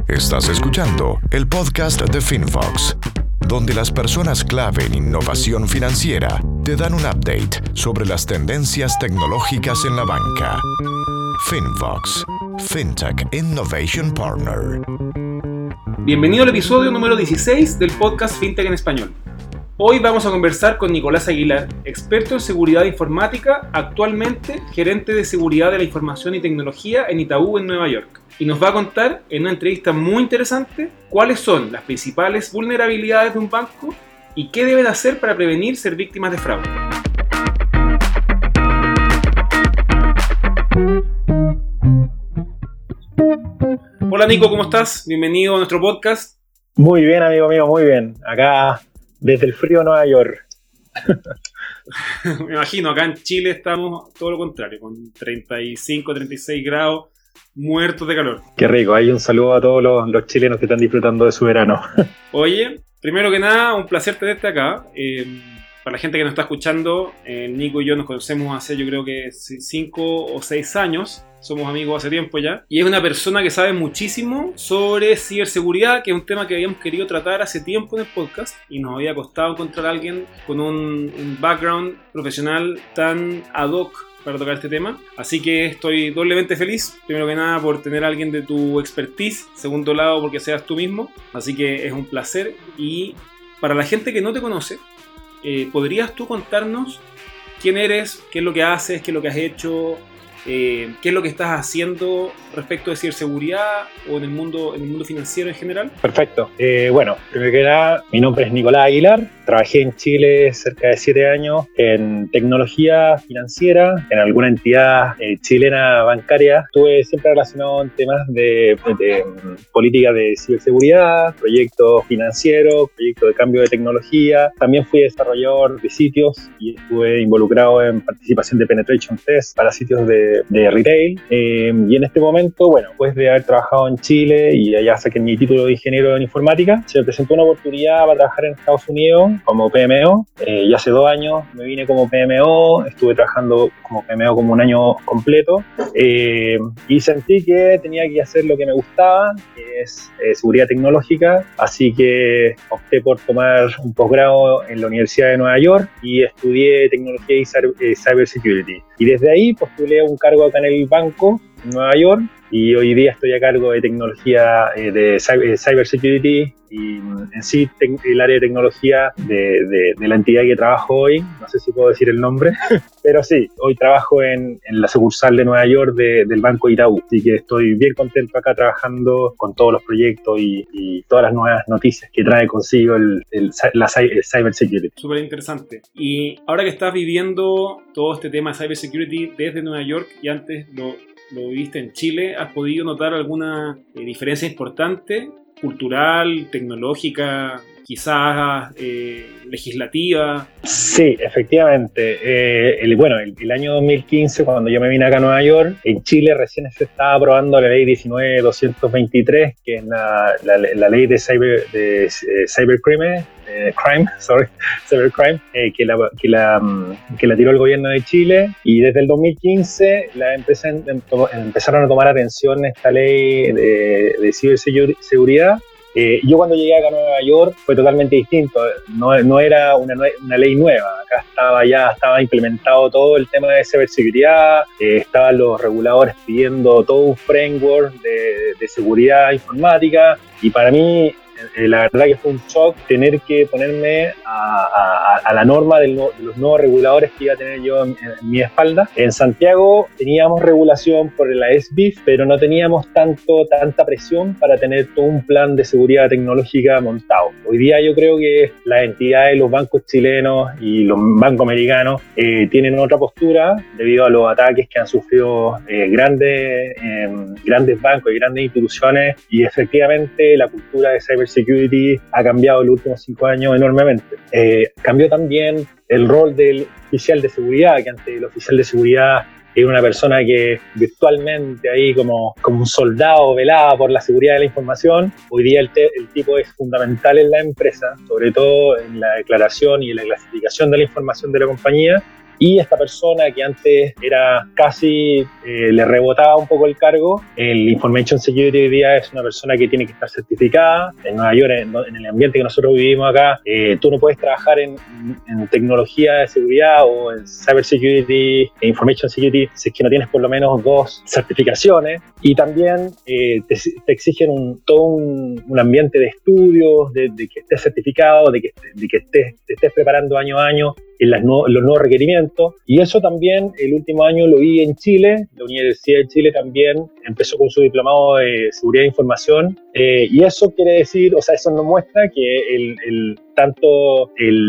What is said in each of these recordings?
Estás escuchando el podcast de Finvox, donde las personas clave en innovación financiera te dan un update sobre las tendencias tecnológicas en la banca. Finvox, Fintech Innovation Partner. Bienvenido al episodio número 16 del podcast Fintech en Español. Hoy vamos a conversar con Nicolás Aguilar, experto en seguridad informática, actualmente gerente de seguridad de la información y tecnología en Itaú en Nueva York. Y nos va a contar en una entrevista muy interesante cuáles son las principales vulnerabilidades de un banco y qué deben hacer para prevenir ser víctimas de fraude. Hola Nico, ¿cómo estás? Bienvenido a nuestro podcast. Muy bien, amigo mío, muy bien. Acá desde el frío de Nueva York. Me imagino, acá en Chile estamos todo lo contrario, con 35, 36 grados, muertos de calor. Qué rico, ahí un saludo a todos los chilenos que están disfrutando de su verano. Oye, primero que nada, un placer tenerte acá. Para la gente que nos está escuchando, Nico y yo nos conocemos hace yo creo que 5 o 6 años. Somos amigos hace tiempo ya. Y es una persona que sabe muchísimo sobre ciberseguridad, que es un tema que habíamos querido tratar hace tiempo en el podcast. Y nos había costado encontrar a alguien con un background profesional tan ad hoc para tocar este tema. Así que estoy doblemente feliz. Primero que nada por tener a alguien de tu expertise. Segundo lado porque seas tú mismo. Así que es un placer. Y para la gente que no te conoce, ¿podrías tú contarnos quién eres, qué es lo que haces, qué es lo que has hecho? ¿Qué es lo que estás haciendo respecto de ciberseguridad o en el mundo financiero en general? Perfecto. Bueno, primero que nada, mi nombre es Nicolás Aguilar. Trabajé en Chile cerca de 7 años en tecnología financiera, en alguna entidad chilena bancaria. Estuve siempre relacionado en temas de política de ciberseguridad, proyectos financieros, proyectos de cambio de tecnología. También fui desarrollador de sitios y estuve involucrado en participación de penetration test para sitios de retail. Y en este momento, bueno, después de haber trabajado en Chile y allá saqué mi título de ingeniero en informática, se me presentó una oportunidad para trabajar en Estados Unidos como PMO. Y hace 2 años me vine como PMO, estuve trabajando como PMO como un año completo, y sentí que tenía que hacer lo que me gustaba, que es seguridad tecnológica, así que opté por tomar un posgrado en la Universidad de Nueva York y estudié tecnología y cybersecurity. Y desde ahí postulé un cargo acá en el banco en Nueva York y hoy día estoy a cargo de tecnología de cybersecurity y en sí el área de tecnología de la entidad que trabajo hoy. No sé si puedo decir el nombre, pero sí, hoy trabajo en la sucursal de Nueva York del Banco Itaú, así que estoy bien contento acá trabajando con todos los proyectos y todas las nuevas noticias que trae consigo el cybersecurity. Súper interesante. Y ahora que estás viviendo todo este tema de cybersecurity desde Nueva York y antes lo viviste en Chile, ¿has podido notar alguna diferencia importante, cultural, tecnológica, quizás legislativa? Sí, efectivamente. El año 2015, cuando yo me vine acá a Nueva York, en Chile recién se estaba aprobando la ley 19.223, que es la ley de cybercrime, que la tiró el gobierno de Chile, y desde el 2015 las empresas empezaron a tomar atención a esta ley de ciberseguridad. Yo cuando llegué acá a Nueva York fue totalmente distinto, no era una ley nueva, acá estaba implementado todo el tema de ciberseguridad, estaban los reguladores pidiendo todo un framework de seguridad informática, y para mí la verdad que fue un shock tener que ponerme a la norma de los nuevos reguladores que iba a tener yo en mi espalda. En Santiago teníamos regulación por la SBIF, pero no teníamos tanta presión para tener todo un plan de seguridad tecnológica montado. Hoy día yo creo que las entidades, los bancos chilenos y los bancos americanos tienen otra postura debido a los ataques que han sufrido grandes bancos y grandes instituciones, y efectivamente la cultura de cybersecurity ha cambiado en los últimos 5 años enormemente. Cambió también el rol del oficial de seguridad, que antes el oficial de seguridad era una persona que virtualmente ahí como un soldado velaba por la seguridad de la información. Hoy día el tipo es fundamental en la empresa, sobre todo en la declaración y en la clasificación de la información de la compañía, y esta persona que antes era casi, le rebotaba un poco el cargo, el Information Security hoy día es una persona que tiene que estar certificada. En Nueva York, en el ambiente que nosotros vivimos acá, tú no puedes trabajar en tecnología de seguridad o en Cyber Security e Information Security si es que no tienes por lo menos 2 certificaciones, y también te exigen todo un ambiente de estudios, de que estés certificado, de que te estés preparando año a año en los nuevos requerimientos. Y eso también el último año lo vi en Chile. La Universidad de Chile también empezó con su diplomado de seguridad de información, y eso quiere decir, o sea, eso nos muestra que tanto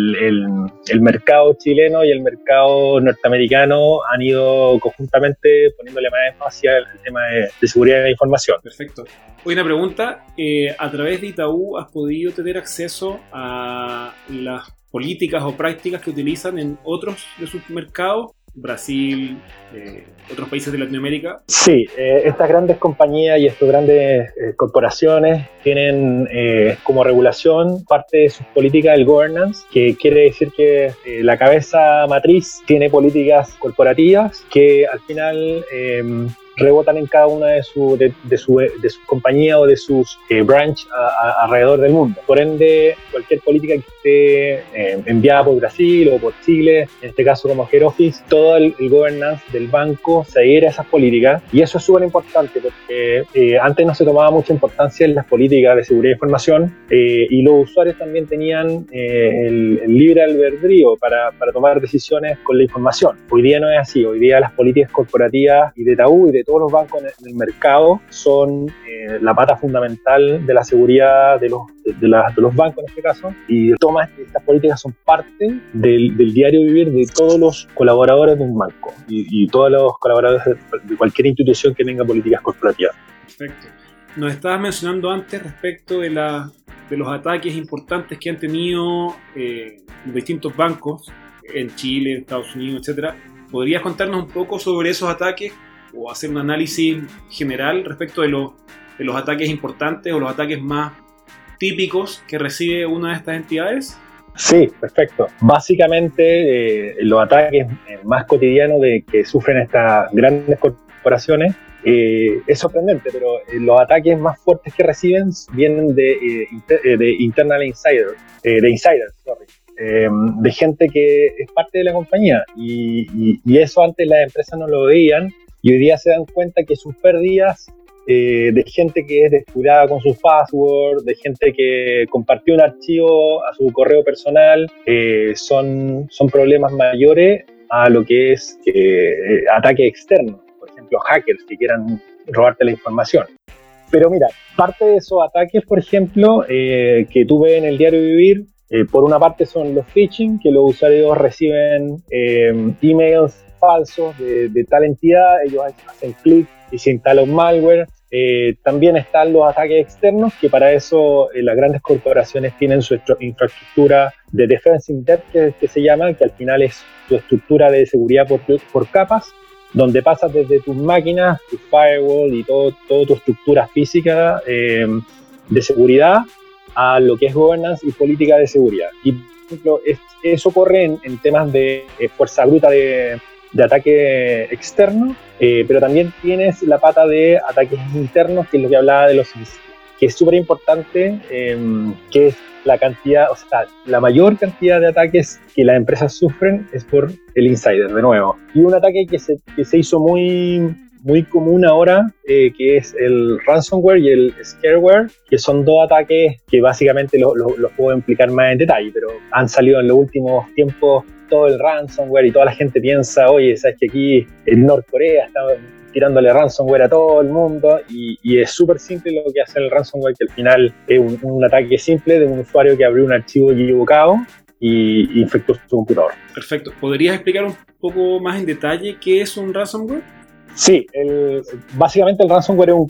el mercado chileno y el mercado norteamericano han ido conjuntamente poniéndole más énfasis al tema de seguridad de información. Perfecto. Hoy una pregunta, a través de Itaú has podido tener acceso a las políticas o prácticas que utilizan en otros de sus mercados, Brasil, otros países de Latinoamérica. Sí, estas grandes compañías y estas grandes corporaciones tienen como regulación parte de sus políticas el governance, que quiere decir que la cabeza matriz tiene políticas corporativas que al final rebotan en cada una de sus compañías o de sus branch alrededor del mundo. Por ende, cualquier política que esté enviada por Brasil o por Chile, en este caso como Head Office, todo el governance del banco se adhiere a esas políticas, y eso es súper importante porque antes no se tomaba mucha importancia en las políticas de seguridad de información, y los usuarios también tenían el libre albedrío para tomar decisiones con la información. Hoy día no es así. Hoy día las políticas corporativas y de Itaú y de todos los bancos en el mercado son la pata fundamental de la seguridad de los bancos en este caso, y todas estas políticas son parte del diario vivir de todos los colaboradores de un banco y todos los colaboradores de cualquier institución que tenga políticas corporativas. Perfecto. Nos estabas mencionando antes respecto de los ataques importantes que han tenido distintos bancos en Chile, en Estados Unidos, etcétera. ¿Podrías contarnos un poco sobre esos ataques o hacer un análisis general respecto de los ataques importantes o los ataques más típicos que recibe una de estas entidades? Sí, perfecto. Básicamente, los ataques más cotidianos que sufren estas grandes corporaciones es sorprendente, pero los ataques más fuertes que reciben vienen de internal insiders, de gente que es parte de la compañía, y eso antes las empresas no lo veían, y hoy día se dan cuenta que sus pérdidas de gente que es descuidada con sus passwords, de gente que compartió un archivo a su correo personal, son problemas mayores a lo que es ataques externos, por ejemplo hackers que quieran robarte la información. Pero mira, parte de esos ataques, por ejemplo, que tú ves en el diario vivir, por una parte son los phishing, que los usuarios reciben emails falsos de tal entidad, ellos hacen clic y se instala un malware. También están los ataques externos, que para eso las grandes corporaciones tienen su infraestructura de defense in depth, que se llama, que al final es tu estructura de seguridad por capas, donde pasas desde tus máquinas, tu firewall y toda tu estructura física de seguridad a lo que es governance y política de seguridad. Y, por ejemplo, eso ocurre en temas de fuerza bruta de ataque externo, pero también tienes la pata de ataques internos, que es lo que hablaba de que es súper importante, que es la cantidad, o sea, la mayor cantidad de ataques que las empresas sufren es por el insider, de nuevo. Y un ataque que se hizo muy común ahora, que es el ransomware y el scareware, que son dos ataques que básicamente los puedo explicar más en detalle, pero han salido en los últimos tiempos todo el ransomware, y toda la gente piensa, oye, sabes que aquí en Norcorea está tirándole ransomware a todo el mundo, y es súper simple lo que hace el ransomware, que al final es un ataque simple de un usuario que abrió un archivo equivocado y infectó su computador. Perfecto. ¿Podrías explicar un poco más en detalle qué es un ransomware? Sí, básicamente el ransomware es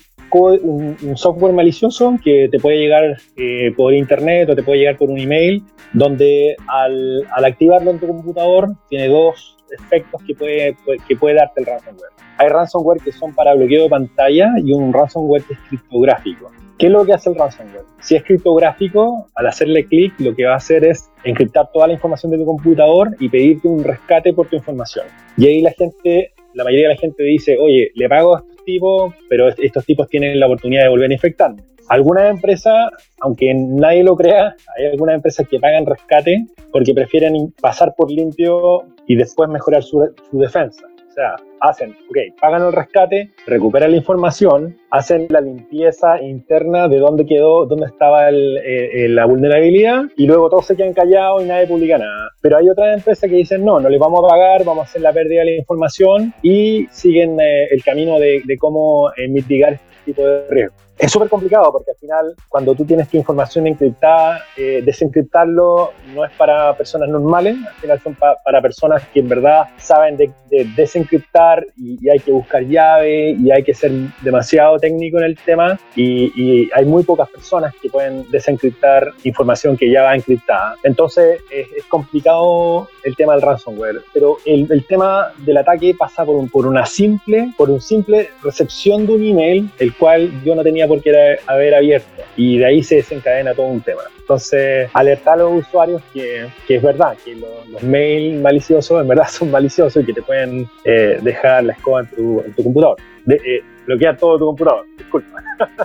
un software malicioso que te puede llegar por internet o te puede llegar por un email, donde al activarlo en tu computador tiene dos efectos que puede darte el ransomware. Hay ransomware que son para bloqueo de pantalla y un ransomware que es criptográfico. ¿Qué es lo que hace el ransomware? Si es criptográfico, al hacerle clic, lo que va a hacer es encriptar toda la información de tu computador y pedirte un rescate por tu información. Y ahí la mayoría de la gente dice, oye, le pago a estos tipos, pero estos tipos tienen la oportunidad de volver a infectarme. Algunas empresas, aunque nadie lo crea, hay algunas empresas que pagan rescate porque prefieren pasar por limpio y después mejorar su defensa. O sea, pagan el rescate, recuperan la información, hacen la limpieza interna de dónde estaba la vulnerabilidad, y luego todos se quedan callados y nadie publica nada. Pero hay otras empresas que dicen, no les vamos a pagar, vamos a hacer la pérdida de la información, y siguen el camino de cómo mitigar este tipo de riesgo. Es súper complicado porque al final, cuando tú tienes tu información encriptada, desencriptarlo no es para personas normales, al final son para personas que en verdad saben de desencriptar, y hay que buscar llave y hay que ser demasiado técnico en el tema, y hay muy pocas personas que pueden desencriptar información que ya va encriptada. Entonces es complicado el tema del ransomware, pero el tema del ataque pasa por un simple recepción de un email, el cual yo no tenía por qué haber abierto, y de ahí se desencadena todo un tema. Entonces, alertar a los usuarios que es verdad, que los mails maliciosos en verdad son maliciosos y que te pueden dejar la escoba en tu computador. Bloquear todo tu computador, disculpa.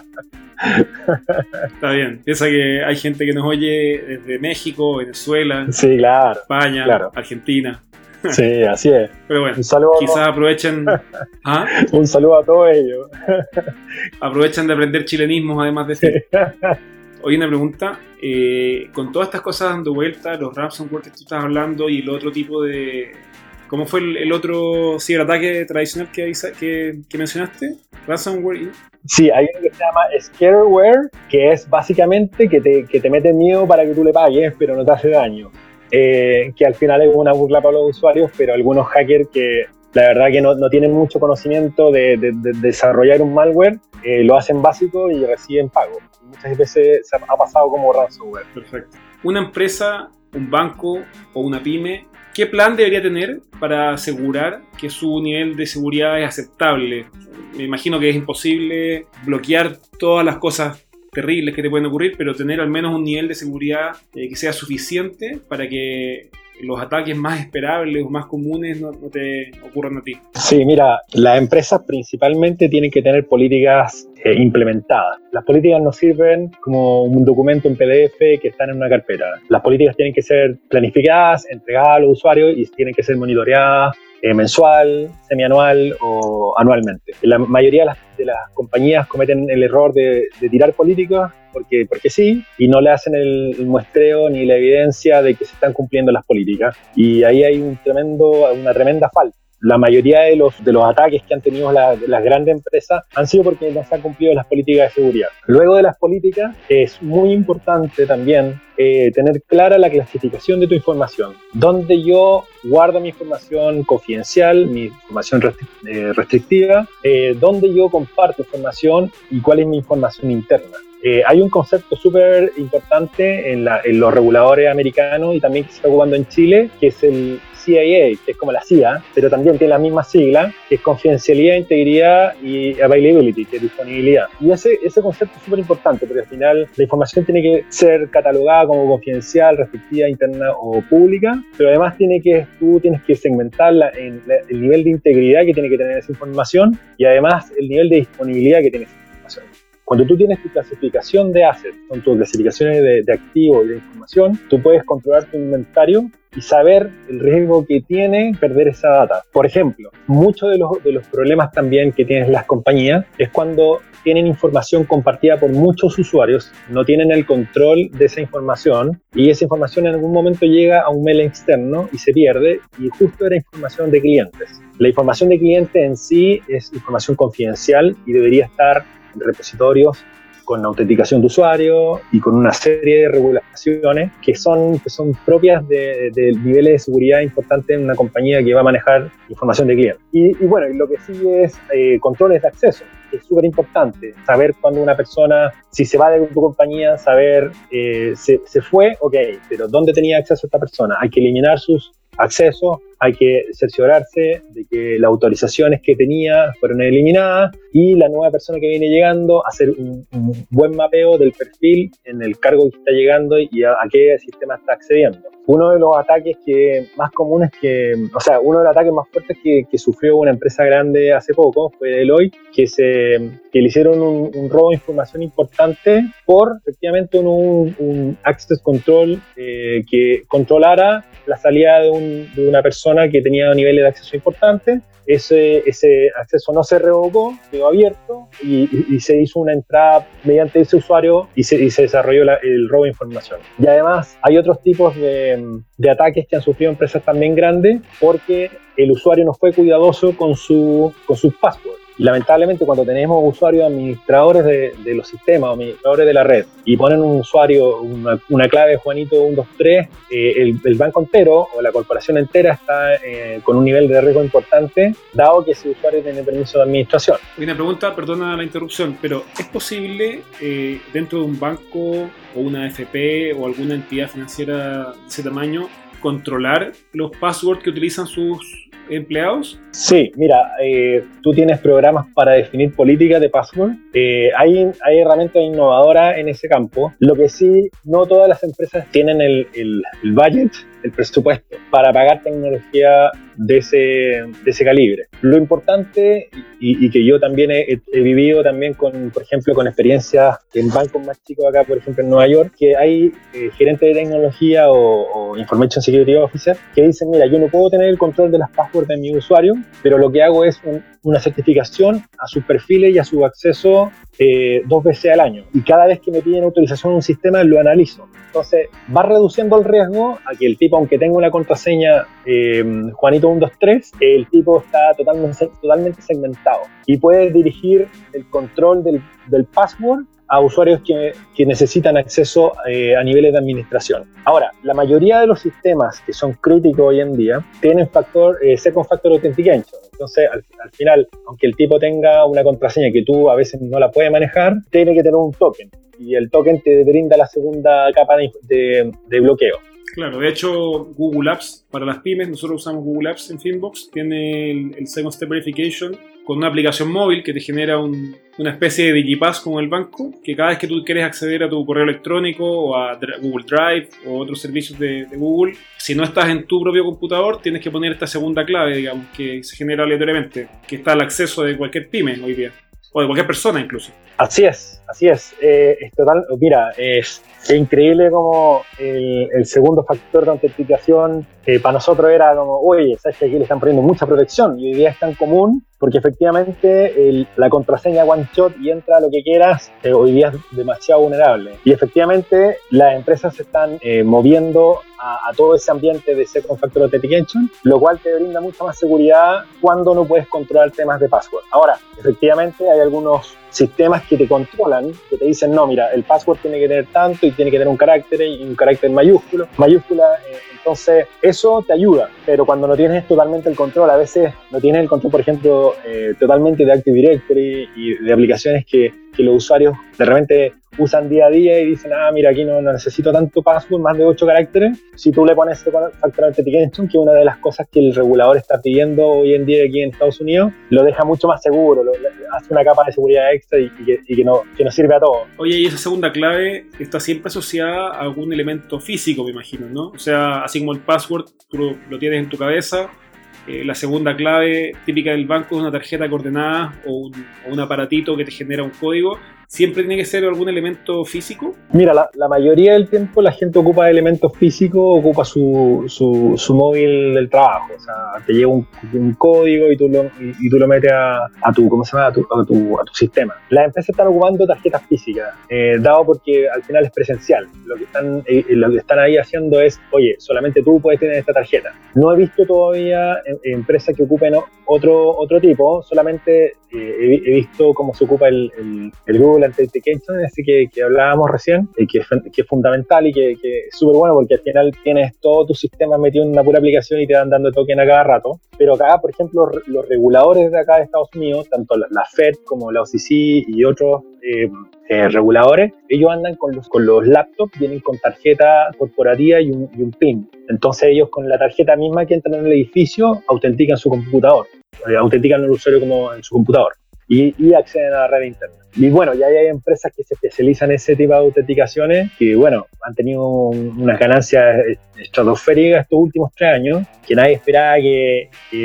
Está bien. Piensa que hay gente que nos oye desde México, Venezuela, sí, claro, España, claro. Argentina. Sí, así es. Pero bueno, quizás aprovechen. Un saludo a todos ellos. Aprovechan de aprender chilenismos, además de eso. Oye, una pregunta. Con todas estas cosas dando vuelta, los ransomware que tú estás hablando y el otro tipo de. ¿Cómo fue el otro ciberataque tradicional que mencionaste? Ransomware. Sí, hay uno que se llama scareware, que es básicamente que te mete miedo para que tú le pagues, pero no te hace daño. Que al final es una burla para los usuarios, pero algunos hackers que la verdad que no tienen mucho conocimiento de desarrollar un malware, lo hacen básico y reciben pago. Muchas veces se ha pasado como ransomware. Perfecto. Una empresa, un banco o una pyme, ¿qué plan debería tener para asegurar que su nivel de seguridad es aceptable? Me imagino que es imposible bloquear todas las cosas terribles que te pueden ocurrir, pero tener al menos un nivel de seguridad que sea suficiente para que los ataques más esperables o más comunes no te ocurran a ti. Sí, mira, las empresas principalmente tienen que tener políticas implementadas. Las políticas no sirven como un documento en PDF que están en una carpeta. Las políticas tienen que ser planificadas, entregadas a los usuarios, y tienen que ser monitoreadas mensual, semianual o anualmente. La mayoría de las compañías cometen el error de tirar políticas porque sí, y no le hacen el muestreo ni la evidencia de que se están cumpliendo las políticas, y ahí hay una tremenda falta. La mayoría de los ataques que han tenido las grandes empresas han sido porque no se han cumplido las políticas de seguridad. Luego de las políticas, es muy importante también tener clara la clasificación de tu información. Dónde yo guardo mi información confidencial, mi información restrictiva, dónde yo comparto información y cuál es mi información interna. Hay un concepto súper importante en los reguladores americanos y también que se está ocupando en Chile, que es el CIA, que es como la CIA, pero también tiene la misma sigla, que es confidencialidad, integridad y availability, que es disponibilidad. Y ese concepto es súper importante, porque al final la información tiene que ser catalogada como confidencial, restrictiva, interna o pública, pero además tú tienes que segmentarla en el nivel de integridad que tiene que tener esa información, y además el nivel de disponibilidad que tiene esa información. Cuando tú tienes tu clasificación de assets, con tus clasificaciones de activos y de información, tú puedes controlar tu inventario y saber el riesgo que tiene perder esa data. Por ejemplo, muchos de los problemas también que tienen las compañías es cuando tienen información compartida por muchos usuarios, no tienen el control de esa información, y esa información en algún momento llega a un mail externo y se pierde, y justo era información de clientes. La información de clientes en sí es información confidencial y debería estar en repositorios con autenticación de usuario y con una serie de regulaciones que son propias de niveles de seguridad importantes en una compañía que va a manejar información de clientes. Y bueno, y lo que sigue es controles de acceso. Es súper importante saber cuando una persona, si se va de tu compañía, saber se fue, ok, pero ¿dónde tenía acceso esta persona? Hay que eliminar sus accesos, hay que cerciorarse de que las autorizaciones que tenía fueron eliminadas y la nueva persona que viene llegando hacer un buen mapeo del perfil en el cargo que está llegando y a qué sistema está accediendo. Uno de los ataques más comunes uno de los ataques más fuertes que sufrió una empresa grande hace poco fue Deloitte, que le hicieron un robo de información importante por efectivamente un access control que controlara la salida de una persona que tenía niveles de acceso importantes. Ese acceso no se revocó, quedó abierto y se hizo una entrada mediante ese usuario y se desarrolló el robo de información. Y además hay otros tipos de ataques que han sufrido empresas también grandes porque el usuario no fue cuidadoso con sus passwords. Y lamentablemente cuando tenemos usuarios administradores de los sistemas o administradores de la red y ponen un usuario, una clave Juanito 123, el banco entero o la corporación entera está con un nivel de riesgo importante, dado que ese usuario tiene permiso de administración. Una pregunta, perdona la interrupción, pero ¿es posible dentro de un banco o una AFP o alguna entidad financiera de ese tamaño controlar los passwords que utilizan sus empleados? Sí, mira, tú tienes programas para definir políticas de password. Hay herramientas innovadoras en ese campo. Lo que sí, no todas las empresas tienen el budget, el presupuesto para pagar tecnología de ese calibre. Lo importante, y que yo también he vivido también por ejemplo, con experiencias en bancos más chicos acá, por ejemplo, en Nueva York, que hay gerentes de tecnología o Information Security Officer que dicen, mira, yo no puedo tener el control de las passwords de mi usuario, pero lo que hago es una certificación a sus perfiles y a su acceso 2 veces al año. Y cada vez que me piden autorización en un sistema, lo analizo. Entonces, va reduciendo el riesgo a que el tipo, aunque tenga una contraseña Juanito 123, el tipo está totalmente segmentado y puede dirigir el control del password a usuarios que necesitan acceso a niveles de administración. Ahora, la mayoría de los sistemas que son críticos hoy en día tienen Second Factor Authentication. Entonces, al final, aunque el tipo tenga una contraseña que tú a veces no la puedes manejar, tiene que tener un token. Y el token te brinda la segunda capa de bloqueo. Claro, de hecho, Google Apps para las pymes, nosotros usamos Google Apps en Finbox, tiene el Second Step Verification con una aplicación móvil que te genera una especie de Digipass como el banco, que cada vez que tú quieres acceder a tu correo electrónico o a Google Drive o otros servicios de Google, si no estás en tu propio computador, tienes que poner esta segunda clave, digamos, que se genera aleatoriamente, que está al acceso de cualquier pyme hoy día, o de cualquier persona incluso. Así es. Es total. Mira, es increíble como el segundo factor de autenticación para nosotros era como, oye, sabes que aquí le están poniendo mucha protección y hoy día es tan común porque efectivamente la contraseña one shot y entra a lo que quieras, hoy día es demasiado vulnerable. Y efectivamente las empresas se están moviendo a todo ese ambiente de Second Factor Authentication, lo cual te brinda mucha más seguridad cuando no puedes controlar temas de password. Ahora, efectivamente hay algunos sistemas que te controlan, que te dicen, no, mira, el password tiene que tener tanto y tiene que tener un carácter mayúscula, entonces eso te ayuda, pero cuando no tienes totalmente el control, a veces no tienes el control, por ejemplo, totalmente de Active Directory y de aplicaciones que los usuarios de repente usan día a día y dicen, mira, aquí no necesito tanto password, más de 8 caracteres. Si tú le pones Factor Authentication, que es una de las cosas que el regulador está pidiendo hoy en día aquí en Estados Unidos, lo deja mucho más seguro, hace una capa de seguridad extra y que nos sirve a todos. Oye, y esa segunda clave está siempre asociada a algún elemento físico, me imagino, ¿no? O sea, así como el password, tú lo tienes en tu cabeza, la segunda clave típica del banco es una tarjeta coordenada o un aparatito que te genera un código. ¿Siempre tiene que ser algún elemento físico? Mira, la mayoría del tiempo la gente ocupa elementos físicos, ocupa su móvil del trabajo. O sea, te llega un código y tú lo metes a tu sistema. Las empresas están ocupando tarjetas físicas, dado porque al final es presencial. Lo que están ahí haciendo es, oye, solamente tú puedes tener esta tarjeta. No he visto todavía empresas que ocupen otro tipo, solamente he visto cómo se ocupa el Google Authentication, ese que hablábamos recién, que es fundamental y que es súper bueno porque al final tienes todo tu sistema metido en una pura aplicación y te van dando token a cada rato. Pero acá, por ejemplo, los reguladores de acá de Estados Unidos, tanto la Fed como la OCC y otros reguladores, ellos andan con los laptops, vienen con tarjeta corporativa y un PIN. Entonces ellos con la tarjeta misma que entran en el edificio autentican su computador, autentican al usuario como en su computador y acceden a la red interna. Y bueno, ya hay empresas que se especializan en ese tipo de autenticaciones que, bueno, han tenido unas ganancias estratosféricas estos últimos 3 años, que nadie esperaba que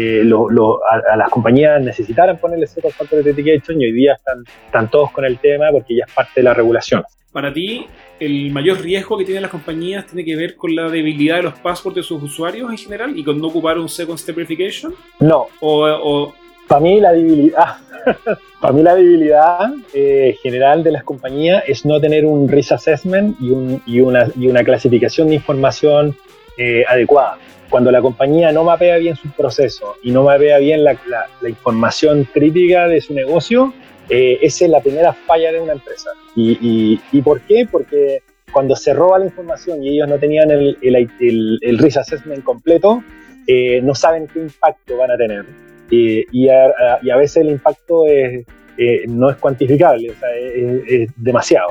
a las compañías necesitaran ponerle Second Factor Authentication, y hoy día están todos con el tema porque ya es parte de la regulación. Para ti, ¿el mayor riesgo que tienen las compañías tiene que ver con la debilidad de los passwords de sus usuarios en general y con no ocupar un Second Step Verification? No. Para mí la debilidad general de las compañías es no tener un risk assessment y una clasificación de información adecuada. Cuando la compañía no mapea bien sus procesos y no mapea bien la información crítica de su negocio, esa es la primera falla de una empresa. ¿Y por qué? Porque cuando se roba la información y ellos no tenían el risk assessment completo, no saben qué impacto van a tener. Y a veces el impacto no es cuantificable, o sea, es demasiado.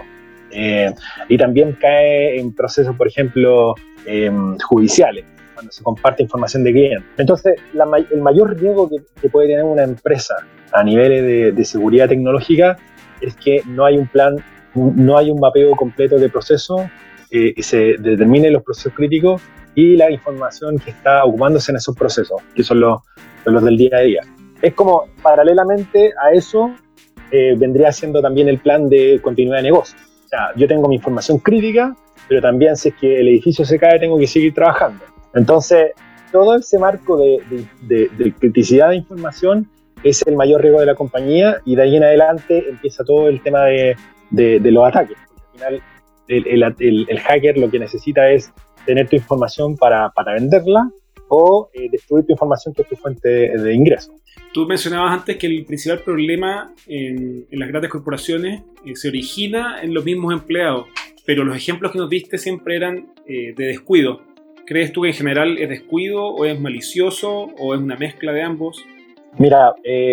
Y también cae en procesos, por ejemplo, judiciales, cuando se comparte información de clientes. Entonces, el mayor riesgo que puede tener una empresa a niveles de seguridad tecnológica es que no hay un plan, no hay un mapeo completo de procesos, que se determinen los procesos críticos y la información que está ocupándose en esos procesos, que son los del día a día. Es como, paralelamente a eso, vendría siendo también el plan de continuidad de negocio. O sea, yo tengo mi información crítica, pero también si es que el edificio se cae, tengo que seguir trabajando. Entonces, todo ese marco de criticidad de información es el mayor riesgo de la compañía, y de ahí en adelante empieza todo el tema de los ataques. Porque al final, el hacker lo que necesita es tener tu información para venderla, o destruir tu información que es tu fuente de ingreso. Tú mencionabas antes que el principal problema en las grandes corporaciones se origina en los mismos empleados, pero los ejemplos que nos diste siempre eran de descuido. ¿Crees tú que en general es descuido, o es malicioso, o es una mezcla de ambos? Mira,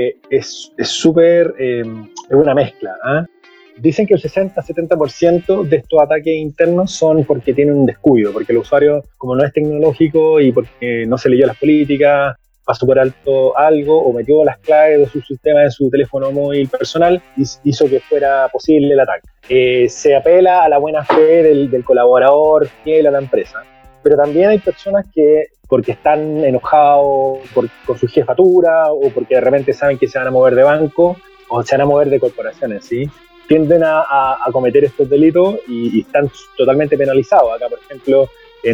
es súper, es una mezcla, ¿eh? Dicen que el 60-70% de estos ataques internos son porque tienen un descuido, porque el usuario, como no es tecnológico y porque no se leyó las políticas, pasó por alto algo o metió las claves de su sistema en su teléfono móvil personal, hizo que fuera posible el ataque. Se apela a la buena fe del colaborador fiel a la empresa, pero también hay personas que, porque están enojados con su jefatura, o porque de repente saben que se van a mover de banco o se van a mover de corporaciones, ¿sí?, tienden a cometer estos delitos y están totalmente penalizados. Acá, por ejemplo,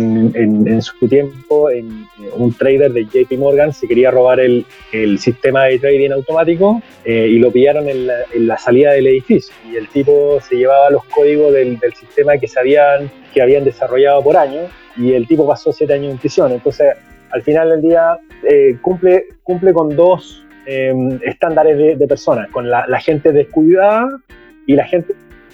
en su tiempo, un trader de JP Morgan se quería robar el sistema de trading automático, y lo pillaron en la salida del edificio. Y el tipo se llevaba los códigos del sistema que habían desarrollado por años, y el tipo pasó 7 años en prisión. Entonces, al final del día, cumple con dos estándares de personas, con la gente descuidada y la gente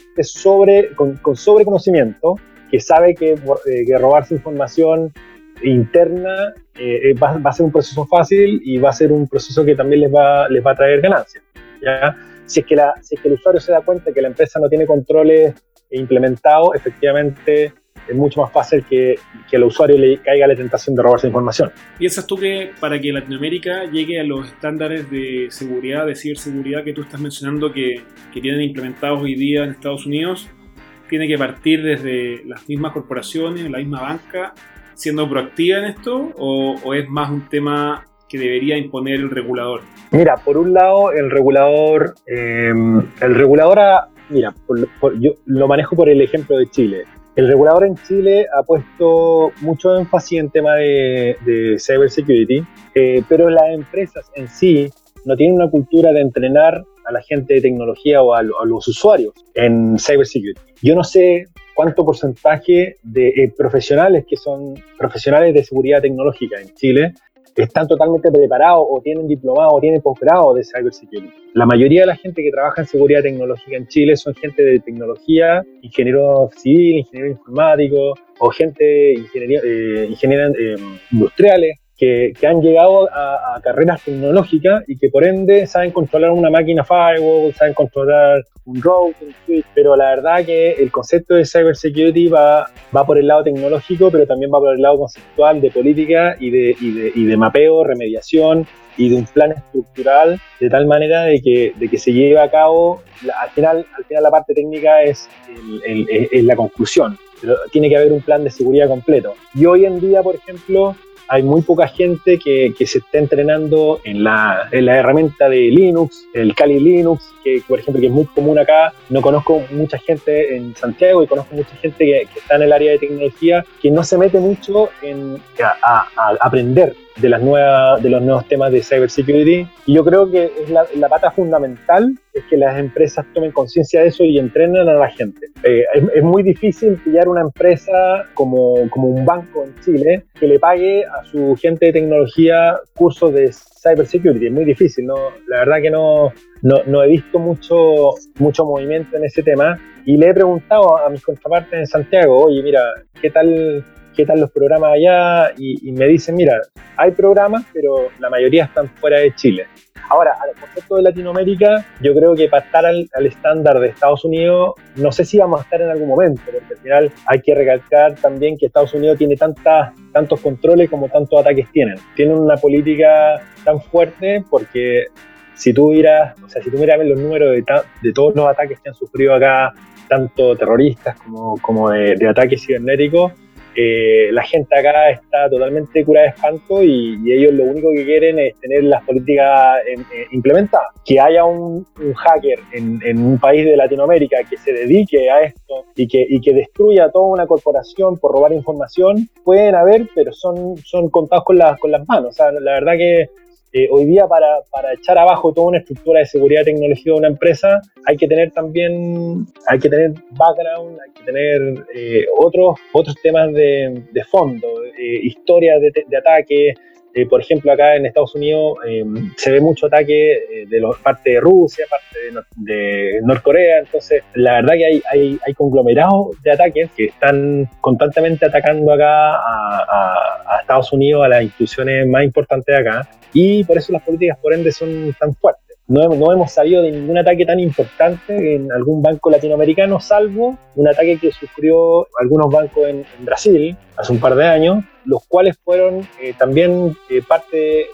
con sobreconocimiento, que sabe que robarse información interna va a ser un proceso fácil, y va a ser un proceso que también les va a traer ganancias, ¿ya? Si es que el usuario se da cuenta que la empresa no tiene controles implementados, efectivamente es mucho más fácil que al usuario le caiga la tentación de robarse información. ¿Piensas tú que para que Latinoamérica llegue a los estándares de seguridad, de ciberseguridad que tú estás mencionando que tienen implementados hoy día en Estados Unidos, tiene que partir desde las mismas corporaciones, la misma banca, siendo proactiva en esto, o es más un tema que debería imponer el regulador? Mira, por un lado, el regulador, yo lo manejo por el ejemplo de Chile. El regulador en Chile ha puesto mucho énfasis en tema de cybersecurity, pero las empresas en sí no tienen una cultura de entrenar a la gente de tecnología o a los usuarios en cybersecurity. Yo no sé cuánto porcentaje de profesionales que son profesionales de seguridad tecnológica en Chile están totalmente preparados, o tienen diplomado, o tienen posgrado de cybersecurity. La mayoría de la gente que trabaja en seguridad tecnológica en Chile son gente de tecnología, ingeniero civil, ingeniero informático, o gente ingenieros industriales, que han llegado a carreras tecnológicas y que por ende saben controlar una máquina firewall, saben controlar un router, un switch, pero la verdad que el concepto de cybersecurity va por el lado tecnológico, pero también va por el lado conceptual de política y de mapeo, remediación y de un plan estructural de tal manera de que se lleve a cabo, al final la parte técnica es la conclusión, pero tiene que haber un plan de seguridad completo. Y hoy en día, por ejemplo, hay muy poca gente que se está entrenando en la herramienta de Linux, el Kali Linux, que por ejemplo que es muy común acá. No conozco mucha gente en Santiago y conozco mucha gente que está en el área de tecnología que no se mete mucho a aprender de los nuevos temas de cybersecurity. Y yo creo que es la pata fundamental es que las empresas tomen conciencia de eso y entrenen a la gente. Es muy difícil pillar una empresa como un banco en Chile que le pague a su gente de tecnología cursos de cybersecurity. Es muy difícil, ¿no? La verdad que no he visto mucho movimiento en ese tema y le he preguntado a mis contrapartes en Santiago, oye, mira, ¿qué tal los programas allá? Y me dicen, mira, hay programas, pero la mayoría están fuera de Chile. Ahora, al concepto de Latinoamérica, yo creo que para estar al estándar de Estados Unidos, no sé si vamos a estar en algún momento, porque al final hay que recalcar también que Estados Unidos tiene tantos controles como tantos ataques tienen. Tienen una política tan fuerte porque si tú miras los números de todos los ataques que han sufrido acá, tanto terroristas como de ataques cibernéticos, la gente acá está totalmente curada de espanto y ellos lo único que quieren es tener las políticas implementadas. Que haya un hacker en un país de Latinoamérica que se dedique a esto y que destruya toda una corporación por robar información, pueden haber, pero son contados con las manos. O sea, la verdad que hoy día para echar abajo toda una estructura de seguridad tecnológica de una empresa hay que tener background, hay que tener otros temas de fondo, historias de ataque. Por ejemplo, acá en Estados Unidos se ve mucho ataque de parte de Rusia, parte de Norcorea. Entonces, la verdad que hay conglomerados de ataques que están constantemente atacando acá a Estados Unidos, a las instituciones más importantes de acá. Y por eso las políticas, por ende, son tan fuertes. No hemos sabido de ningún ataque tan importante en algún banco latinoamericano, salvo un ataque que sufrió algunos bancos en Brasil hace un par de años, los cuales fueron también parte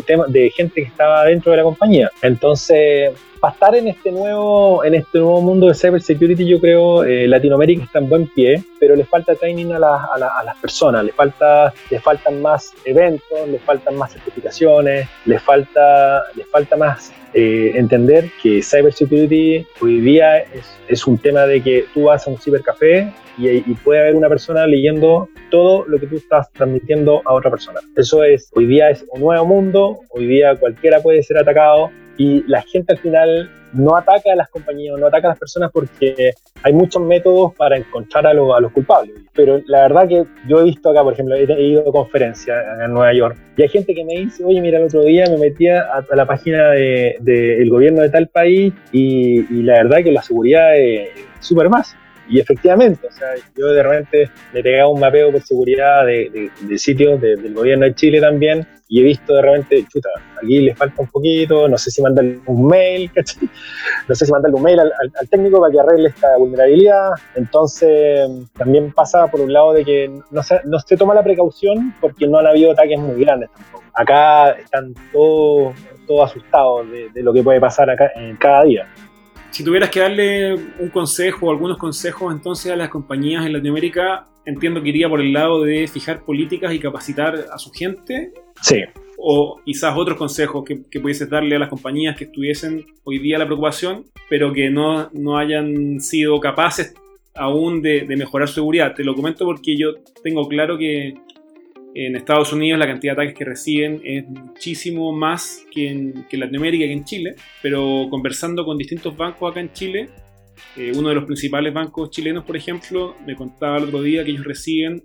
de gente que estaba dentro de la compañía. Entonces, para estar en este nuevo mundo de cybersecurity, yo creo Latinoamérica está en buen pie, pero le falta training a las personas, le faltan más eventos, le faltan más certificaciones, le falta más entender que cybersecurity hoy día es un tema de que tú vas a un cibercafé y puede haber una persona leyendo todo lo que tú estás transmitiendo a otra persona. Hoy día es un nuevo mundo, hoy día cualquiera puede ser atacado y la gente al final no ataca a las compañías, no ataca a las personas porque hay muchos métodos para encontrar a los culpables. Pero la verdad que yo he visto acá, por ejemplo, he ido a conferencias en Nueva York y hay gente que me dice, oye, mira, el otro día me metía a la página del gobierno de tal país y la verdad que la seguridad es súper más. Y efectivamente, o sea, yo de repente me pegaba un mapeo por seguridad de sitios del gobierno de Chile también y he visto de repente, chuta, aquí le falta un poquito, no sé si mandarle un mail, ¿cachai? No sé si mandarle un mail al técnico para que arregle esta vulnerabilidad. Entonces, también pasa por un lado de que no se toma la precaución porque no han habido ataques muy grandes tampoco. Acá están todos asustados de lo que puede pasar acá en cada día. Si tuvieras que darle un consejo o algunos consejos entonces a las compañías en Latinoamérica, entiendo que iría por el lado de fijar políticas y capacitar a su gente. Sí. O quizás otros consejos que pudieses darle a las compañías que estuviesen hoy día la preocupación, pero que no hayan sido capaces aún de mejorar su seguridad. Te lo comento porque yo tengo claro que en Estados Unidos la cantidad de ataques que reciben es muchísimo más que en Latinoamérica, que en Chile, pero conversando con distintos bancos acá en Chile, uno de los principales bancos chilenos, por ejemplo, me contaba el otro día que ellos reciben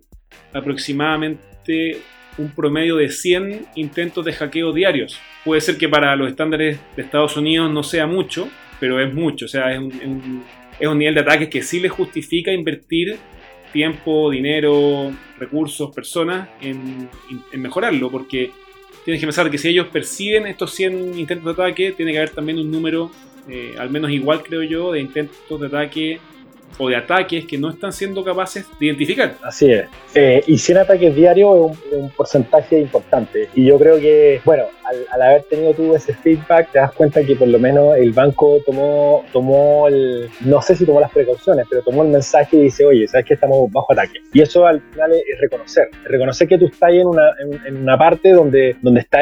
aproximadamente un promedio de 100 intentos de hackeo diarios. Puede ser que para los estándares de Estados Unidos no sea mucho, pero es mucho, o sea, es un nivel de ataques que sí les justifica invertir tiempo, dinero, recursos, personas en mejorarlo, porque tienes que pensar que si ellos perciben estos 100 intentos de ataque, tiene que haber también un número, al menos igual creo yo, de intentos de ataque o de ataques que no están siendo capaces de identificar. Así es. Y 100 ataques diarios es un porcentaje importante. Y yo creo que, bueno, al haber tenido tú ese feedback, te das cuenta que por lo menos el banco tomó no sé si tomó las precauciones, pero tomó el mensaje y dice, oye, ¿sabes que estamos bajo ataque? Y eso al final es reconocer que tú estás ahí en una parte donde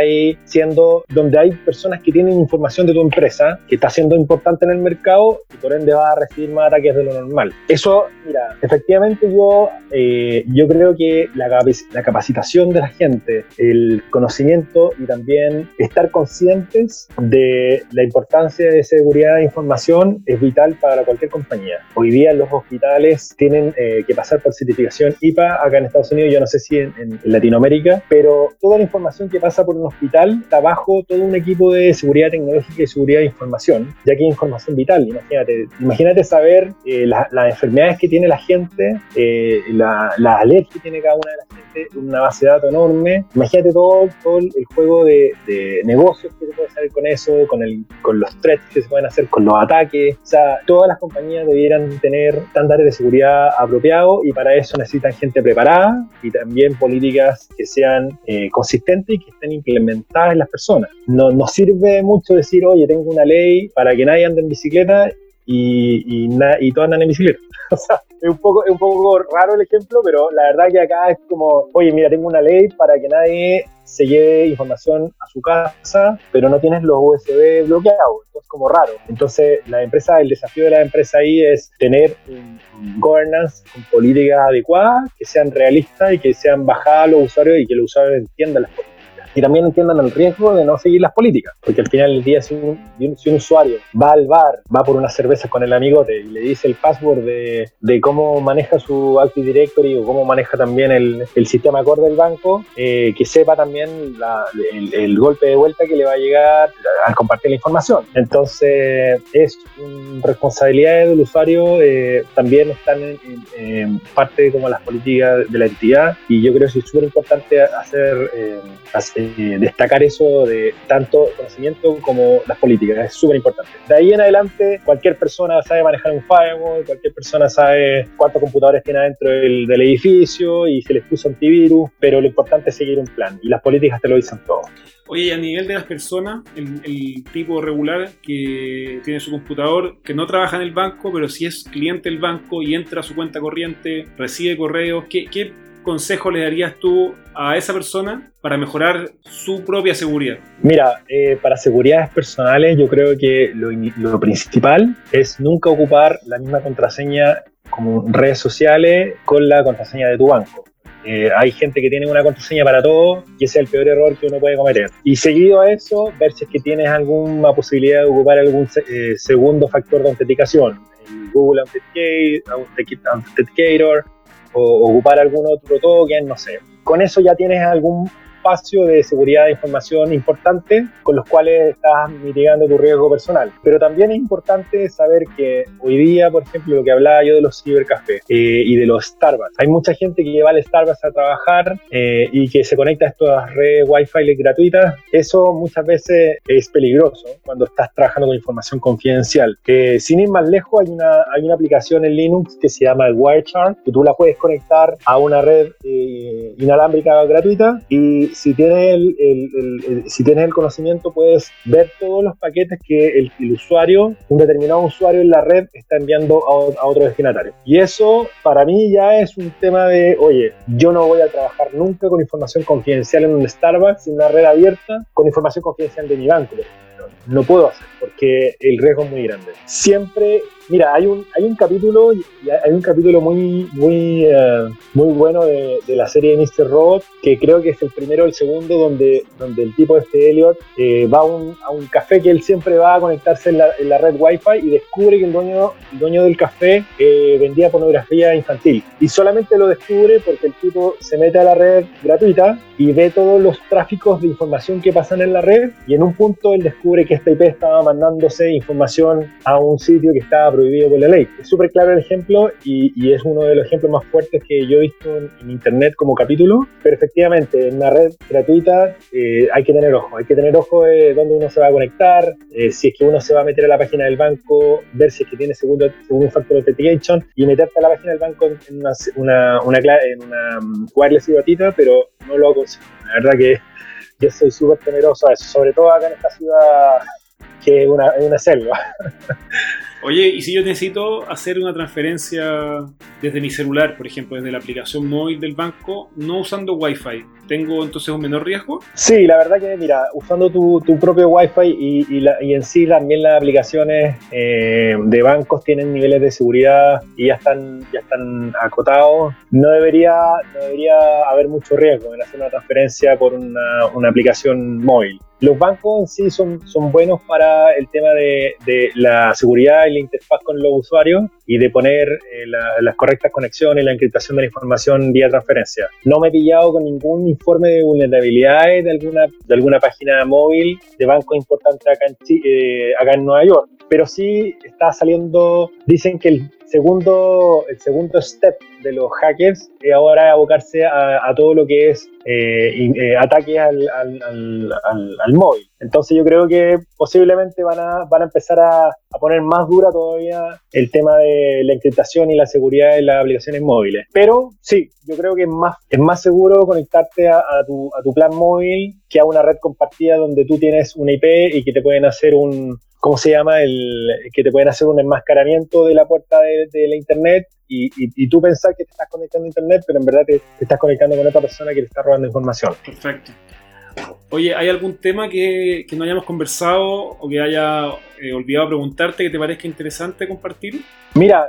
donde hay personas que tienen información de tu empresa que está siendo importante en el mercado y por ende va a recibir más ataques de lo normal. Eso, mira, efectivamente yo creo que la capacitación de la gente, el conocimiento y también estar conscientes de la importancia de seguridad de información es vital para cualquier compañía. Hoy día los hospitales tienen que pasar por certificación IPA acá en Estados Unidos, yo no sé si en Latinoamérica, pero toda la información que pasa por un hospital está bajo todo un equipo de seguridad tecnológica y seguridad de información, ya que es información vital. Imagínate saber las enfermedades que tiene la gente, las alergias que tiene cada una de las gente, una base de datos enorme. Imagínate todo el juego de negocios que se puede hacer con eso, con los threats que se pueden hacer, con los ataques. O sea, todas las compañías debieran tener estándares de seguridad apropiados y para eso necesitan gente preparada y también políticas que sean consistentes y que estén implementadas en las personas. No sirve mucho decir, oye, tengo una ley para que nadie ande en bicicleta y todos andan en bicicleta. O sea, es un poco raro el ejemplo, pero la verdad que acá es como, oye, mira, tengo una ley para que nadie se lleve información a su casa, pero no tienes los USB bloqueados. Esto es como raro. Entonces, el desafío de la empresa ahí es tener un governance con políticas adecuadas, que sean realistas y que sean bajadas a los usuarios y que los usuarios entiendan las políticas. Y también entiendan el riesgo de no seguir las políticas, porque al final del día si un usuario va al bar, va por unas cervezas con el amigote y le dice el password de cómo maneja su Active Directory o cómo maneja también el sistema core del banco, que sepa también el golpe de vuelta que le va a llegar al compartir la información. Entonces es una responsabilidad del usuario, también están en parte de como las políticas de la entidad, y yo creo que es súper importante destacar eso de tanto conocimiento como las políticas, es súper importante. De ahí en adelante, cualquier persona sabe manejar un firewall, cualquier persona sabe cuántos computadores tiene adentro del edificio y se les puso antivirus, pero lo importante es seguir un plan y las políticas te lo dicen todo. Oye, y a nivel de las personas, el tipo regular que tiene su computador, que no trabaja en el banco, pero sí es cliente del banco y entra a su cuenta corriente, recibe correos, ¿qué consejo le darías tú a esa persona para mejorar su propia seguridad? Mira, para seguridades personales yo creo que lo principal es nunca ocupar la misma contraseña como redes sociales con la contraseña de tu banco. Hay gente que tiene una contraseña para todo y ese es el peor error que uno puede cometer. Y seguido a eso, ver si es que tienes alguna posibilidad de ocupar algún segundo factor de autenticación, el Google Authenticator, o ocupar algún otro token, no sé. Con eso ya tienes algún espacio de seguridad de información importante con los cuales estás mitigando tu riesgo personal. Pero también es importante saber que hoy día, por ejemplo, lo que hablaba yo de los cibercafés y de los Starbucks. Hay mucha gente que lleva al Starbucks a trabajar y que se conecta a estas redes Wi-Fi gratuitas. Eso muchas veces es peligroso cuando estás trabajando con información confidencial. Sin ir más lejos, hay una aplicación en Linux que se llama el Wireshark, que tú la puedes conectar a una red inalámbrica gratuita y si tienes el conocimiento puedes ver todos los paquetes que el usuario, un determinado usuario en la red está enviando a otro destinatario. Y eso para mí ya es un tema de, oye, yo no voy a trabajar nunca con información confidencial en un Starbucks, en una red abierta, con información confidencial de mi banco. No puedo hacer porque el riesgo es muy grande. Siempre, mira, hay un capítulo muy bueno de la serie de Mr. Robot, que creo que es el primero o el segundo, donde el tipo Elliot va a un café que él siempre va a conectarse en la red Wi-Fi y descubre que el dueño del café vendía pornografía infantil. Y solamente lo descubre porque el tipo se mete a la red gratuita y ve todos los tráficos de información que pasan en la red, y en un punto él descubre que esta IP estaba mandándose información a un sitio que estaba prohibido por la ley. Es súper claro el ejemplo y es uno de los ejemplos más fuertes que yo he visto en internet como capítulo, pero efectivamente en una red gratuita hay que tener ojo de dónde uno se va a conectar, si es que uno se va a meter a la página del banco, ver si es que tiene segundo factor authentication y meterte a la página del banco en una wireless y batita, pero no lo aconsejo. La verdad que yo soy súper temeroso a eso, sobre todo acá en esta ciudad que es una selva. Oye, ¿y si yo necesito hacer una transferencia desde mi celular, por ejemplo, desde la aplicación móvil del banco, no usando Wi-Fi, tengo entonces un menor riesgo? Sí, la verdad que, mira, usando tu propio Wi-Fi y en sí también las aplicaciones de bancos tienen niveles de seguridad y ya están acotados, no debería haber mucho riesgo en hacer una transferencia por una aplicación móvil. Los bancos en sí son buenos para el tema de la seguridad y la interfaz con los usuarios y de poner las correctas conexiones y la encriptación de la información vía transferencia. No me he pillado con ningún informe de vulnerabilidades de alguna página móvil de banco importante acá en Nueva York, pero sí está saliendo, dicen que el segundo step de los hackers es ahora abocarse a todo lo que es ataques al móvil. Entonces yo creo que posiblemente van a empezar a poner más dura todavía el tema de la encriptación y la seguridad de las aplicaciones móviles. Pero sí, yo creo que es más seguro conectarte a tu plan móvil que a una red compartida donde tú tienes una IP y que te pueden hacer ¿cómo se llama? Que te pueden hacer un enmascaramiento de la puerta de la internet y tú pensar que te estás conectando a internet, pero en verdad te estás conectando con otra persona que te está robando información. Perfecto. Oye, ¿hay algún tema que no hayamos conversado o que haya olvidado preguntarte que te parezca interesante compartir? Mira,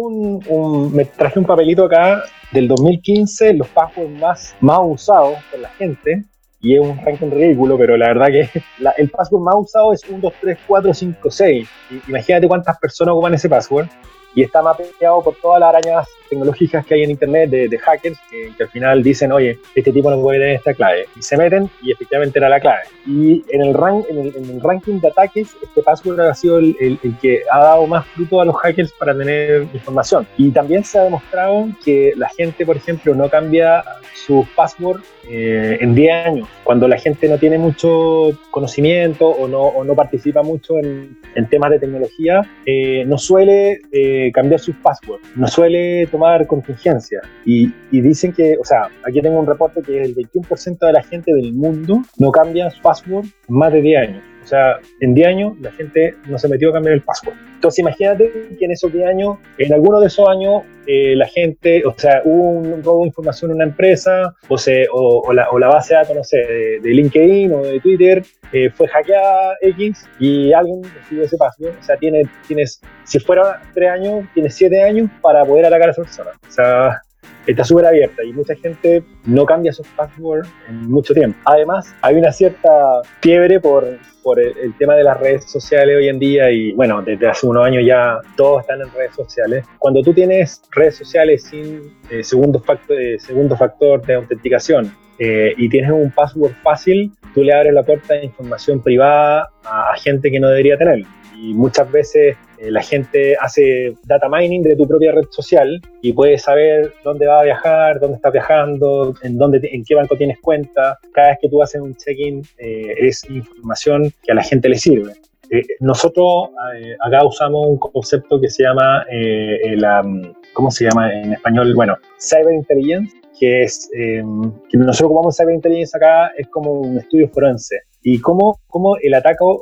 me traje un papelito acá del 2015, los passwords más usados por la gente. Y es un ranking ridículo, pero la verdad que el password más usado es 1, 2, 3, 4, 5, 6. Imagínate cuántas personas ocupan ese password. Y está mapeado por todas las arañas tecnológicas que hay en internet de hackers que al final dicen, oye, este tipo no puede tener esta clave. Y se meten y efectivamente era la clave. Y en el ranking de ataques, este password ha sido el que ha dado más fruto a los hackers para tener información. Y también se ha demostrado que la gente, por ejemplo, no cambia sus passwords en 10 años. Cuando la gente no tiene mucho conocimiento o no participa mucho en temas de tecnología, no suele cambiar sus passwords, no suele tomar contingencia. Y dicen que, o sea, aquí tengo un reporte que el 21% de la gente del mundo no cambia su password en más de 10 años. O sea, en 10 años la gente no se metió a cambiar el password. Entonces imagínate que en esos 10 años, en alguno de esos años, la gente, o sea, hubo un robo de información en una empresa, o la base de datos, no sé, de LinkedIn o de Twitter, fue hackeada X y alguien recibió ese password. O sea, tienes, si fuera 3 años, tienes 7 años para poder atacar a esa persona. O sea, está súper abierta y mucha gente no cambia sus passwords en mucho tiempo. Además, hay una cierta fiebre por el tema de las redes sociales hoy en día y bueno, desde hace unos años ya todos están en redes sociales. Cuando tú tienes redes sociales sin segundo factor de autenticación y tienes un password fácil, tú le abres la puerta de información privada a gente que no debería tenerlo. Y muchas veces la gente hace data mining de tu propia red social y puede saber dónde va a viajar, dónde estás viajando, en qué banco tienes cuenta. Cada vez que tú haces un check-in es información que a la gente le sirve. Nosotros acá usamos un concepto que se llama, ¿cómo se llama en español? Bueno, Cyber Intelligence, que es que nosotros ocupamos Cyber Intelligence acá, es como un estudio forense. Y cómo el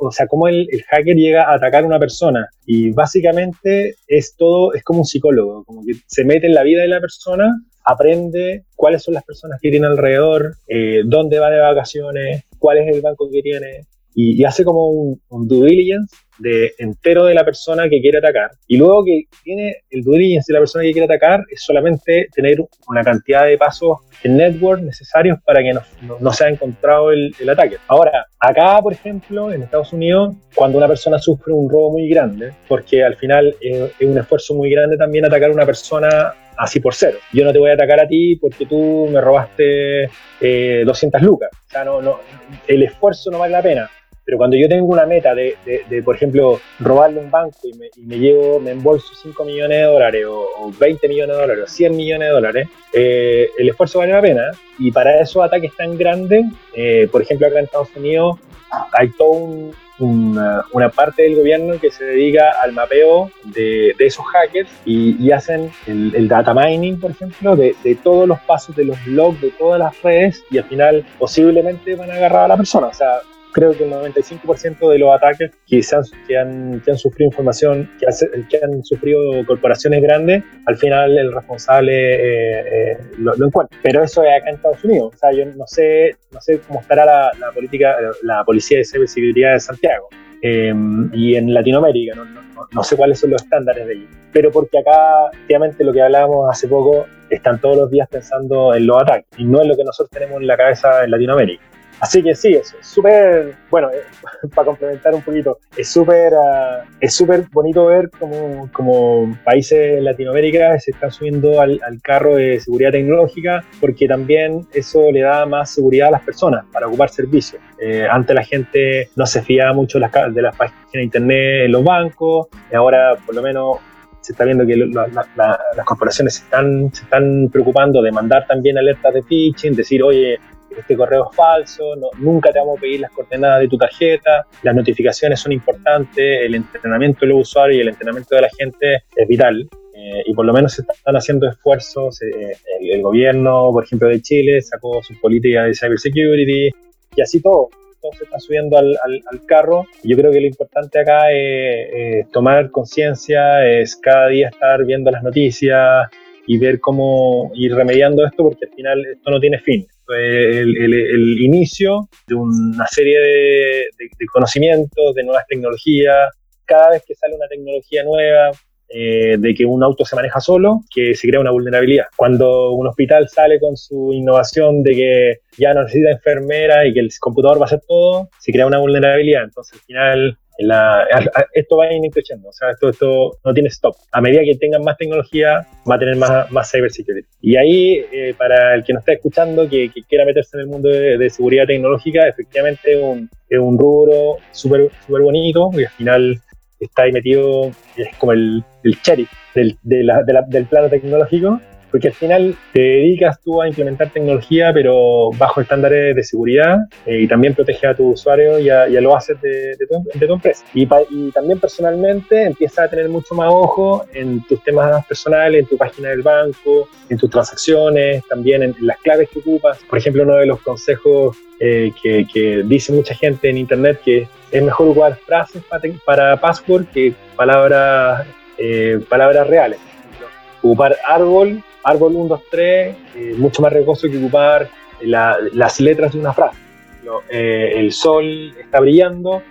hacker llega a atacar a una persona. Y básicamente es como un psicólogo, como que se mete en la vida de la persona, aprende cuáles son las personas que tiene alrededor, dónde va de vacaciones, cuál es el banco que tiene, y hace como un due diligence entero de la persona que quiere atacar. Y luego que tiene el due diligence de la persona que quiere atacar, es solamente tener una cantidad de pasos en network necesarios para que no sea encontrado el ataque. Ahora, acá, por ejemplo, en Estados Unidos, cuando una persona sufre un robo muy grande, porque al final es un esfuerzo muy grande también atacar a una persona así por cero. Yo no te voy a atacar a ti porque tú me robaste 200 lucas. O sea, el esfuerzo no vale la pena. Pero cuando yo tengo una meta de por ejemplo, robarle un banco y me embolso 5 millones de dólares o 20 millones de dólares o 100 millones de dólares, el esfuerzo vale la pena. Y para esos ataques tan grandes, por ejemplo, acá en Estados Unidos hay toda una parte del gobierno que se dedica al mapeo de esos hackers y hacen el data mining, por ejemplo, de todos los pasos, de los logs, de todas las redes, y al final posiblemente van a agarrar a la persona. O sea, creo que el 95% de los ataques que han sufrido información, que han sufrido corporaciones grandes, al final el responsable lo encuentra. Pero eso es acá en Estados Unidos. O sea, yo no sé cómo estará la policía de ciberseguridad de Santiago. Y en Latinoamérica, no sé cuáles son los estándares de ellos. Pero porque acá, efectivamente, lo que hablábamos hace poco, están todos los días pensando en los ataques, y no en lo que nosotros tenemos en la cabeza en Latinoamérica. Así que sí, es súper, bueno, para complementar un poquito, es súper bonito ver como países de Latinoamérica se están subiendo al carro de seguridad tecnológica, porque también eso le da más seguridad a las personas para ocupar servicios. Antes la gente no se fiaba mucho de las páginas de internet en los bancos, y ahora por lo menos se está viendo que las corporaciones se están preocupando de mandar también alertas de phishing, decir, oye, este correo es falso, nunca te vamos a pedir las coordenadas de tu tarjeta, las notificaciones son importantes, el entrenamiento de los usuarios y el entrenamiento de la gente es vital, y por lo menos se están haciendo esfuerzos. El gobierno, por ejemplo, de Chile sacó sus políticas de cybersecurity, y así todo se está subiendo al carro. Yo creo que lo importante acá es tomar conciencia, es cada día estar viendo las noticias y ver cómo ir remediando esto, porque al final esto no tiene fin. El inicio de una serie de conocimientos, de nuevas tecnologías. Cada vez que sale una tecnología nueva, de que un auto se maneja solo, que se crea una vulnerabilidad. Cuando un hospital sale con su innovación de que ya no necesita enfermera y que el computador va a hacer todo, se crea una vulnerabilidad. Entonces al final esto va a ir creciendo, o sea, esto no tiene stop. A medida que tengan más tecnología, va a tener más cybersecurity. Y ahí, para el que nos está escuchando, que quiera meterse en el mundo de seguridad tecnológica, efectivamente es un rubro súper bonito, y al final está ahí metido, es como el sheriff del plano tecnológico, porque al final te dedicas tú a implementar tecnología, pero bajo estándares de seguridad, y también protege a tu usuario y a los assets de tu empresa. Y también personalmente empiezas a tener mucho más ojo en tus temas personales, en tu página del banco, en tus transacciones, también en las claves que ocupas. Por ejemplo, uno de los consejos que dice mucha gente en internet, que es mejor ocupar frases para password que palabras reales. Ocupar árbol 1, 2, 3, mucho más riesgoso que ocupar las letras de una frase. El sol está brillando,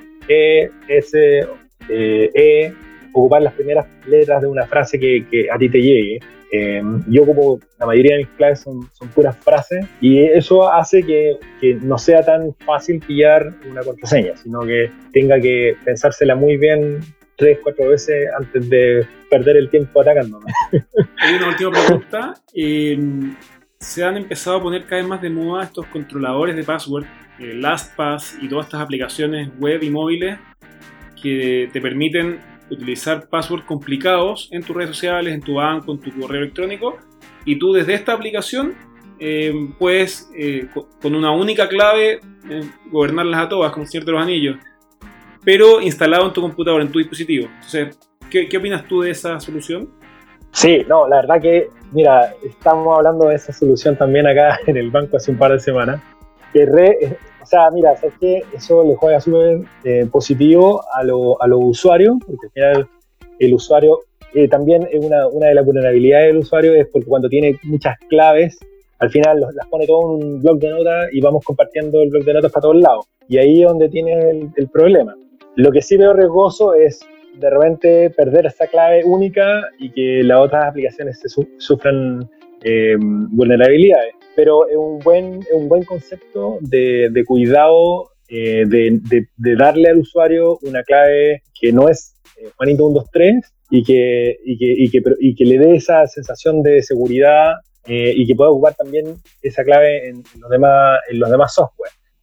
ocupar las primeras letras de una frase que a ti te llegue. Yo ocupo, la mayoría de mis claves son puras frases, y eso hace que no sea tan fácil pillar una contraseña, sino que tenga que pensársela muy bien 3, 4 veces antes de perder el tiempo atacándome. Hay una última pregunta. Se han empezado a poner cada vez más de moda estos controladores de password, LastPass y todas estas aplicaciones web y móviles que te permiten utilizar passwords complicados en tus redes sociales, en tu banco, en tu correo electrónico, y tú desde esta aplicación puedes, con una única clave, gobernarlas a todas, como el Señor de los Anillos, pero instalado en tu computador, en tu dispositivo. Entonces, ¿qué opinas tú de esa solución? Sí, no, la verdad que, mira, estamos hablando de esa solución también acá en el banco hace un par de semanas. O sea, mira, ¿sabes qué? Eso le juega súper positivo a los usuarios, porque al final el usuario, también es una de las vulnerabilidades del usuario, es porque cuando tiene muchas claves, al final las pone todo en un bloc de notas y vamos compartiendo el bloc de notas para todos lados. Y ahí es donde tiene el problema. Lo que sí veo riesgoso es de repente perder esa clave única y que las otras aplicaciones sufran vulnerabilidades. Pero es un buen concepto de cuidado, de darle al usuario una clave que no es Juanito 1, 2, 3, y que le dé esa sensación de seguridad, y que pueda ocupar también esa clave en los demás software.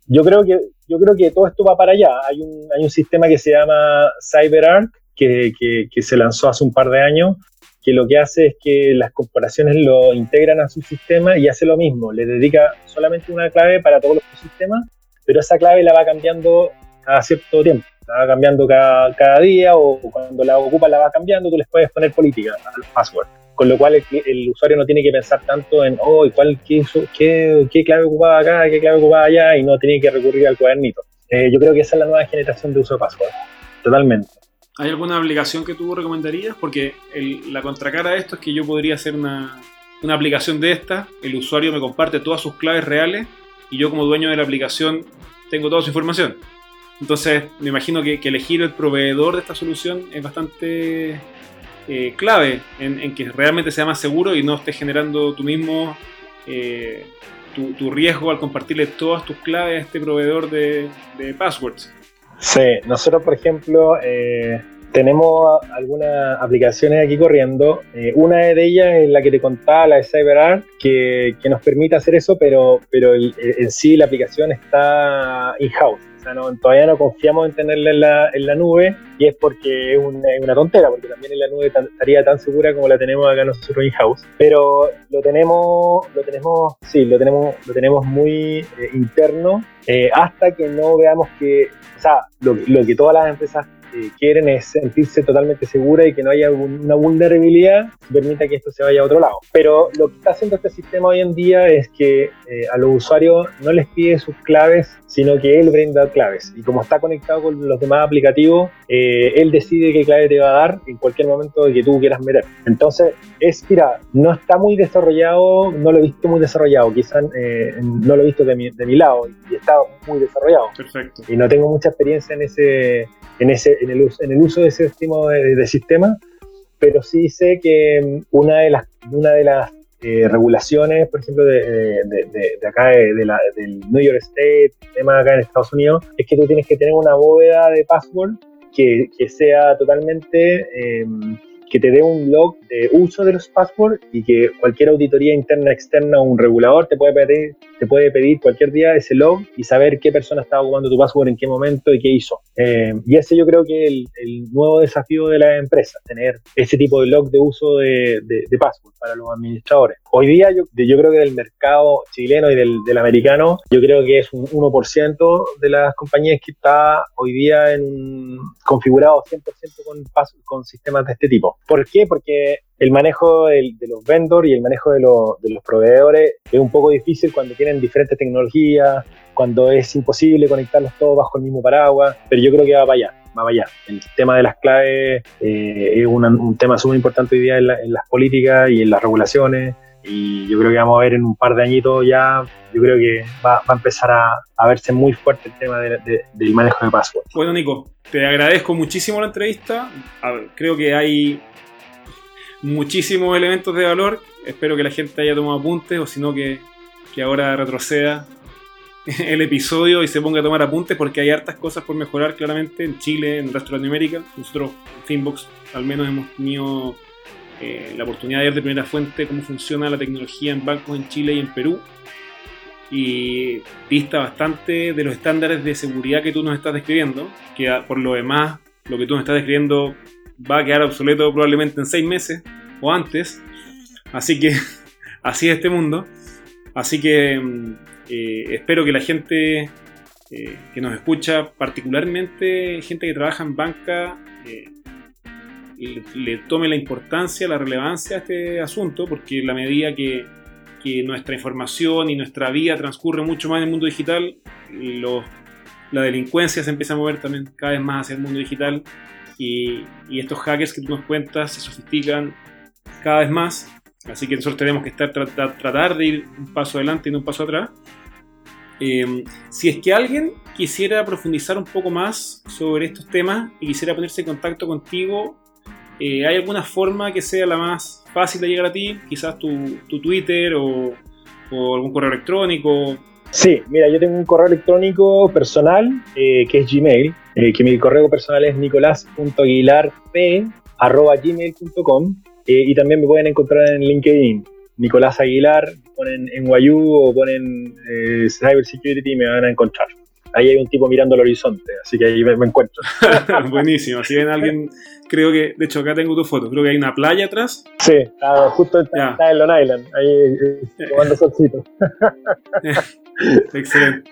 Yo creo que todo esto va para allá. Hay un sistema que se llama CyberArk, que se lanzó hace un par de años, que lo que hace es que las corporaciones lo integran a su sistema y hace lo mismo. Le dedica solamente una clave para todos los sistemas, pero esa clave la va cambiando cada cierto tiempo. La va cambiando cada día, o cuando la ocupa la va cambiando. Tú les puedes poner política a los passwords. Con lo cual el usuario no tiene que pensar tanto en qué clave ocupaba acá, qué clave ocupaba allá, y no tiene que recurrir al cuadernito. Yo creo que esa es la nueva generación de uso de password. Totalmente. ¿Hay alguna aplicación que tú recomendarías? Porque la contracara de esto es que yo podría hacer una aplicación de esta, el usuario me comparte todas sus claves reales y yo como dueño de la aplicación tengo toda su información. Entonces me imagino que elegir el proveedor de esta solución es bastante clave en que realmente sea más seguro y no estés generando tú mismo tu riesgo al compartirle todas tus claves a este proveedor de passwords. Sí, nosotros por ejemplo tenemos algunas aplicaciones aquí corriendo. Una de ellas es la que te contaba, la de CyberArk, que nos permite hacer eso, pero en sí la aplicación está in-house. O sea, todavía no confiamos en tenerla en la nube, y es porque es una tontera, porque también en la nube estaría tan segura como la tenemos acá nosotros in-house. Pero lo tenemos muy interno, hasta que no veamos que, o sea, lo que todas las empresas quieren es sentirse totalmente segura y que no haya una vulnerabilidad que permita que esto se vaya a otro lado. Pero lo que está haciendo este sistema hoy en día es que a los usuarios no les pide sus claves, sino que él brinda claves. Y como está conectado con los demás aplicativos, él decide qué clave te va a dar en cualquier momento que tú quieras meter. Entonces, no está muy desarrollado, no lo he visto muy desarrollado, quizás no lo he visto de mi lado, y está muy desarrollado. Perfecto. Y no tengo mucha experiencia en el uso de ese tipo de sistema, pero sí sé que una de las regulaciones, por ejemplo, de acá, del New York State, tema acá en Estados Unidos, es que tú tienes que tener una bóveda de password que sea totalmente, que te dé un log de uso de los passwords, y que cualquier auditoría interna, externa o un regulador te puede pedir cualquier día ese log y saber qué persona estaba ocupando tu password, en qué momento y qué hizo. Y ese yo creo que es el nuevo desafío de las empresas, tener ese tipo de log de uso de password para los administradores. Hoy día yo creo que del mercado chileno y del americano, yo creo que es un 1% de las compañías que está hoy día configurado 100% con sistemas de este tipo. ¿Por qué? Porque el manejo de los vendors y el manejo de los proveedores es un poco difícil cuando tienen diferentes tecnologías, cuando es imposible conectarlos todos bajo el mismo paraguas, pero yo creo que va para allá. El tema de las claves es un tema súper importante hoy día en las políticas y en las regulaciones, y yo creo que vamos a ver en un par de añitos ya, yo creo que va a empezar a verse muy fuerte el tema del manejo de password. Bueno, Nico, te agradezco muchísimo la entrevista. Creo que hay muchísimos elementos de valor. Espero que la gente haya tomado apuntes, o si no que ahora retroceda el episodio y se ponga a tomar apuntes, porque hay hartas cosas por mejorar claramente en Chile, en el resto de Latinoamérica. Nosotros en Finvox al menos hemos tenido la oportunidad de ver de primera fuente cómo funciona la tecnología en bancos en Chile y en Perú, y dista bastante de los estándares de seguridad que tú nos estás describiendo, que por lo demás lo que tú nos estás describiendo va a quedar obsoleto probablemente en 6 meses o antes. Así que así es este mundo. Así que espero que la gente que nos escucha, particularmente gente que trabaja en banca, le tome la importancia, la relevancia a este asunto, porque en la medida que nuestra información y nuestra vida transcurre mucho más en el mundo digital, la delincuencia se empieza a mover también cada vez más hacia el mundo digital, y estos hackers que tú nos cuentas se sofistican cada vez más. Así que nosotros tenemos que tratar de ir un paso adelante y no un paso atrás. Si es que alguien quisiera profundizar un poco más sobre estos temas y quisiera ponerse en contacto contigo, ¿hay alguna forma que sea la más fácil de llegar a ti? Quizás tu Twitter o algún correo electrónico. Sí, mira, yo tengo un correo electrónico personal que es Gmail, que mi correo personal es nicolas.aguilarp@gmail.com, y también me pueden encontrar en LinkedIn. Nicolás Aguilar, ponen NYU o ponen Cyber Security y me van a encontrar. Ahí hay un tipo mirando al horizonte, así que ahí me encuentro. Buenísimo, si ven a alguien, creo que, de hecho acá tengo tu foto, creo que hay una playa atrás. Sí, justo está en Long Island, ahí tomando solcito. Excelente.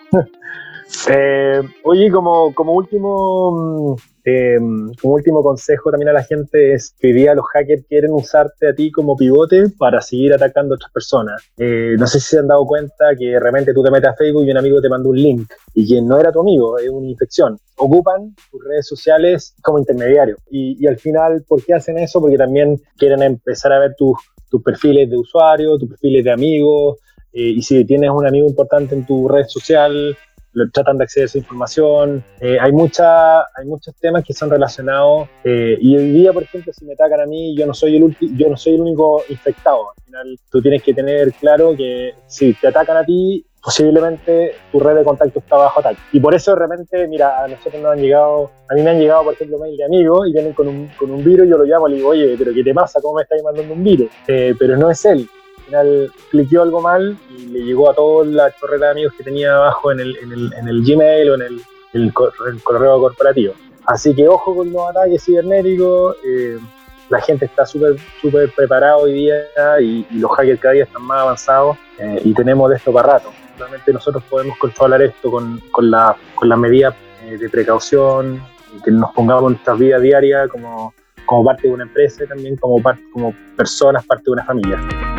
Oye, como último consejo también a la gente es que hoy día los hackers quieren usarte a ti como pivote para seguir atacando a otras personas. No sé si se han dado cuenta que de repente tú te metes a Facebook y un amigo te mandó un link y que no era tu amigo, es una infección. Ocupan tus redes sociales como intermediario y al final, ¿por qué hacen eso? Porque también quieren empezar a ver tus perfiles de usuario, tus perfiles de amigos, y si tienes un amigo importante en tu red social, tratan de acceder a esa información. Hay muchos temas que son relacionados y hoy día, por ejemplo, si me atacan a mí, yo no soy el único infectado. Al final tú tienes que tener claro que si te atacan a ti, posiblemente tu red de contacto está bajo ataque. Y por eso de repente, mira, a mí me han llegado, por ejemplo, mail de amigos y vienen con un virus, yo lo llamo y le digo, oye, pero ¿qué te pasa? ¿Cómo me estás mandando un virus? Pero no es él. Al final cliqueó algo mal y le llegó a toda la chorrera de amigos que tenía abajo en el Gmail o en el correo corporativo. Así que ojo con los ataques cibernéticos. La gente está súper preparada hoy día y los hackers cada día están más avanzados y tenemos de esto para rato. Realmente nosotros podemos controlar esto con las medidas de precaución, que nos pongamos en nuestras vidas diarias como parte de una empresa y también como personas, parte de una familia.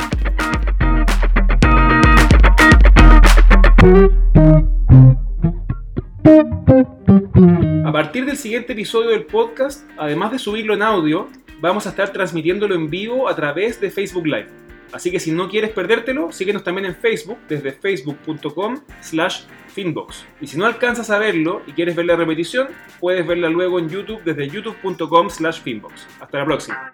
A partir del siguiente episodio del podcast, además de subirlo en audio, vamos a estar transmitiéndolo en vivo a través de Facebook Live. Así que si no quieres perdértelo, síguenos también en Facebook desde facebook.com/finbox. Y si no alcanzas a verlo y quieres ver la repetición, puedes verla luego en YouTube desde youtube.com/finbox. Hasta la próxima.